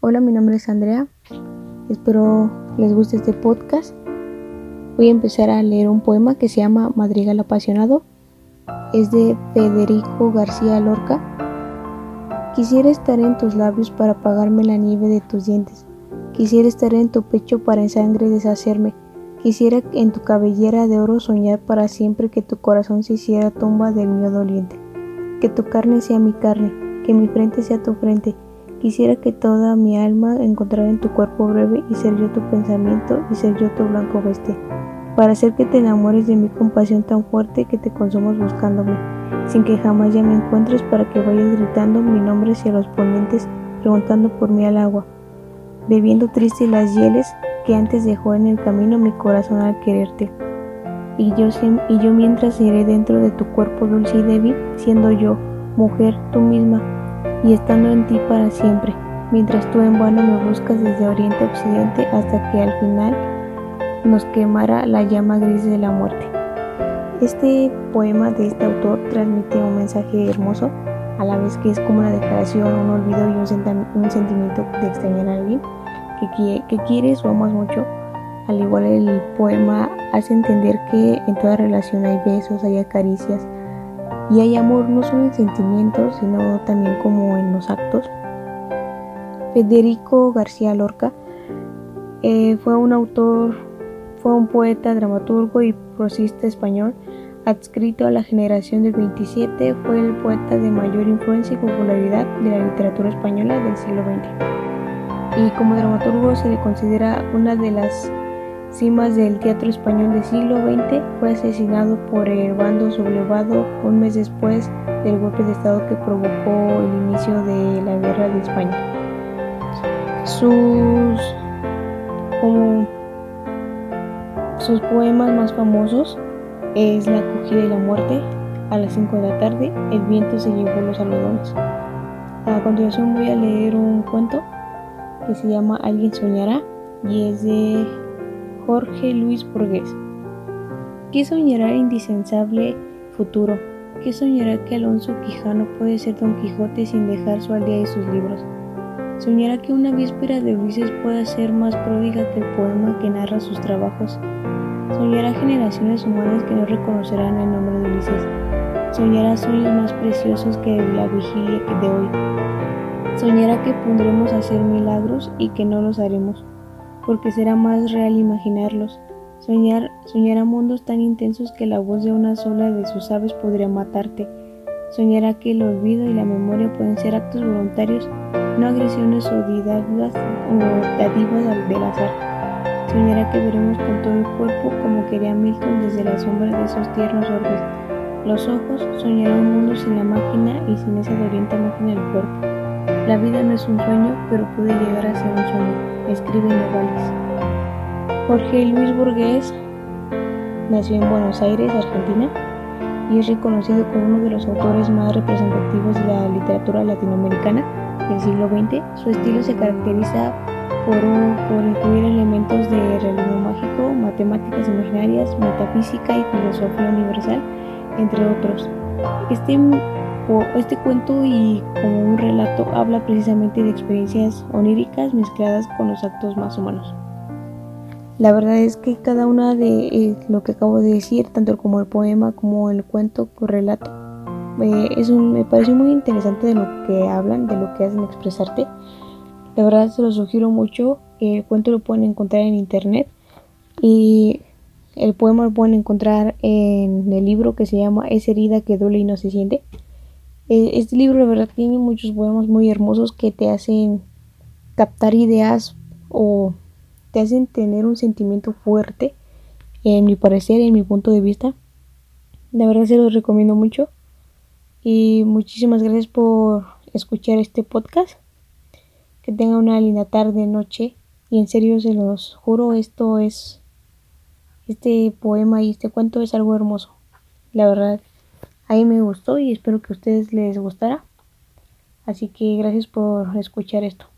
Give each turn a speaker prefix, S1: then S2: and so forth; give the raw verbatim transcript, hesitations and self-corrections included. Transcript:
S1: Hola, mi nombre es Andrea. Espero les guste este podcast. Voy a empezar a leer un poema que se llama Madrigal apasionado. Es de Federico García Lorca. Quisiera estar en tus labios para apagarme la nieve de tus dientes. Quisiera estar en tu pecho para en sangre deshacerme. Quisiera en tu cabellera de oro soñar para siempre que tu corazón se hiciera tumba del mío doliente. Que tu carne sea mi carne, que mi frente sea tu frente. Quisiera que toda mi alma encontrara en tu cuerpo breve y ser yo tu pensamiento y ser yo tu blanco veste, para hacer que te enamores de mi compasión tan fuerte que te consumas buscándome, sin que jamás ya me encuentres, para que vayas gritando mi nombre hacia los ponientes, preguntando por mí al agua, bebiendo triste las hieles que antes dejó en el camino mi corazón al quererte. Y yo, y yo mientras iré dentro de tu cuerpo dulce y débil, siendo yo, mujer, tú misma, y estando en ti para siempre, mientras tú en vano me buscas desde oriente a occidente hasta que al final nos quemara la llama gris de la muerte. Este poema de este autor transmite un mensaje hermoso, a la vez que es como una declaración, un olvido y un, sent- un sentimiento de extrañar a alguien que, que quieres o amas mucho. Al igual, el poema hace entender que en toda relación hay besos, hay caricias, y hay amor no solo en sentimientos, sino también como en los actos. Federico García Lorca eh, fue un autor, fue un poeta, dramaturgo y prosista español, adscrito a la generación del veintisiete. Fue el poeta de mayor influencia y popularidad de la literatura española del siglo veinte. Y como dramaturgo se le considera una de las cimas del teatro español del siglo veinte. Fue asesinado por el bando sublevado un mes después del golpe de estado que provocó el inicio de la guerra de España. Sus, como, sus poemas más famosos es La acogida y la muerte, A las cinco de la tarde, El viento se llevó los algodones. A continuación voy a leer un cuento que se llama Alguien soñará y es de Jorge Luis Borges. ¿Qué soñará el indispensable futuro? ¿Qué soñará que Alonso Quijano puede ser Don Quijote sin dejar su aldea y sus libros? ¿Soñará que una víspera de Ulises pueda ser más pródiga que el poema que narra sus trabajos? ¿Soñará generaciones humanas que no reconocerán el nombre de Ulises? ¿Soñará sueños más preciosos que la vigilia de hoy? ¿Soñará que pondremos a hacer milagros y que no los haremos, porque será más real imaginarlos? Soñar, soñará mundos tan intensos que la voz de una sola de sus aves podría matarte. Soñará que el olvido y la memoria pueden ser actos voluntarios, no agresiones o dádivas del azar. Soñará que veremos con todo el cuerpo como quería Milton desde la sombra de esos tiernos orbes. Los ojos, soñará un mundo sin la máquina y sin esa doliente máquina del cuerpo. La vida no es un sueño, pero puede llegar a ser un sueño. Escribe Novalis. Jorge Luis Borges nació en Buenos Aires, Argentina, y es reconocido como uno de los autores más representativos de la literatura latinoamericana del siglo veinte. Su estilo se caracteriza por, por incluir elementos de realismo mágico, matemáticas imaginarias, metafísica y filosofía universal, entre otros. Este Este cuento y como un relato habla precisamente de experiencias oníricas mezcladas con los actos más humanos. La verdad es que cada una de eh, lo que acabo de decir, tanto como el poema como el cuento o relato, eh, es un, me parece muy interesante de lo que hablan, de lo que hacen expresarte. La verdad se lo sugiero mucho. El cuento lo pueden encontrar en internet y el poema lo pueden encontrar en el libro que se llama Esa herida que duele y no se siente. Este libro, la verdad, tiene muchos poemas muy hermosos que te hacen captar ideas o te hacen tener un sentimiento fuerte, en mi parecer, en mi punto de vista. La verdad se los recomiendo mucho y muchísimas gracias por escuchar este podcast. Que tengan una linda tarde, noche, y en serio se los juro, esto es, este poema y este cuento es algo hermoso. La verdad, a mí me gustó y espero que a ustedes les gustara. Así que gracias por escuchar esto.